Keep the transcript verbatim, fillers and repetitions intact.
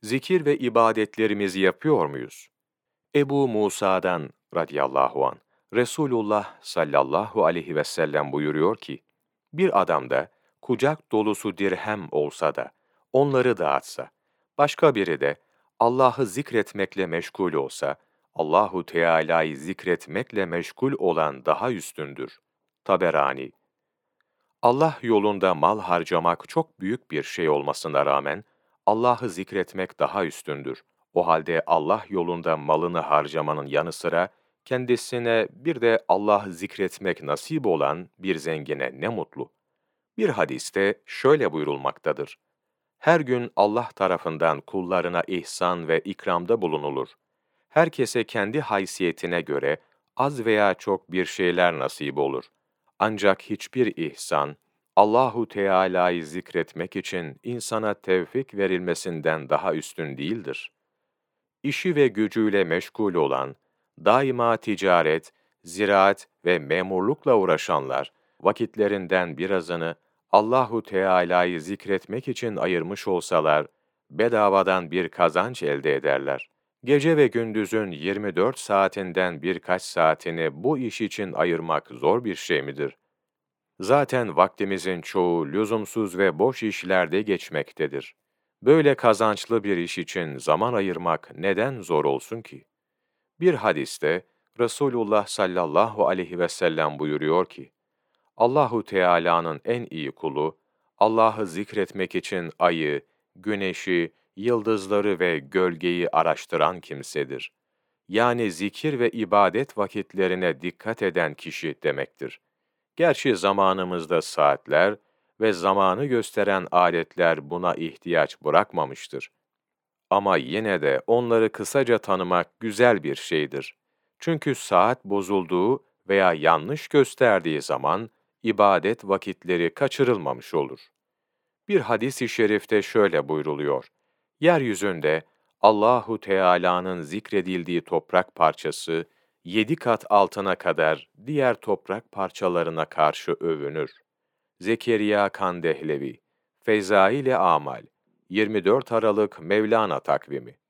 Zikir ve ibadetlerimizi yapıyor muyuz? Ebu Musa'dan radıyallahu an Resulullah sallallahu aleyhi ve sellem buyuruyor ki, bir adamda kucak dolusu dirhem olsa da onları dağıtsa, başka biri de Allah'ı zikretmekle meşgul olsa, Allahu Teala'yı zikretmekle meşgul olan daha üstündür. Taberani. Allah yolunda mal harcamak çok büyük bir şey olmasına rağmen, Allah'ı zikretmek daha üstündür. O halde Allah yolunda malını harcamanın yanı sıra, kendisine bir de Allah'ı zikretmek nasip olan bir zengine ne mutlu. Bir hadiste şöyle buyurulmaktadır: her gün Allah tarafından kullarına ihsan ve ikramda bulunulur. Herkese kendi haysiyetine göre az veya çok bir şeyler nasip olur. Ancak hiçbir ihsan, Allahu Teala'yı zikretmek için insana tevfik verilmesinden daha üstün değildir. İşi ve gücüyle meşgul olan, daima ticaret, ziraat ve memurlukla uğraşanlar, vakitlerinden birazını Allahu Teala'yı zikretmek için ayırmış olsalar, bedavadan bir kazanç elde ederler. Gece ve gündüzün yirmi dört saatinden birkaç saatini bu iş için ayırmak zor bir şey midir? Zaten vaktimizin çoğu lüzumsuz ve boş işlerde geçmektedir. Böyle kazançlı bir iş için zaman ayırmak neden zor olsun ki? Bir hadiste Resulullah sallallahu aleyhi ve sellem buyuruyor ki, Allahu Teala'nın en iyi kulu, Allah'ı zikretmek için ayı, güneşi, yıldızları ve gölgeyi araştıran kimsedir. Yani zikir ve ibadet vakitlerine dikkat eden kişi demektir. Gerçi zamanımızda saatler ve zamanı gösteren aletler buna ihtiyaç bırakmamıştır. Ama yine de onları kısaca tanımak güzel bir şeydir. Çünkü saat bozulduğu veya yanlış gösterdiği zaman ibadet vakitleri kaçırılmamış olur. Bir hadis-i şerifte şöyle buyruluyor: yeryüzünde Allahu Teala'nın zikredildiği toprak parçası yedi kat altına kadar diğer toprak parçalarına karşı övünür. Zekeriya Kandehlevi, Fezail-i Amal, yirmi dört Aralık Mevlana takvimi.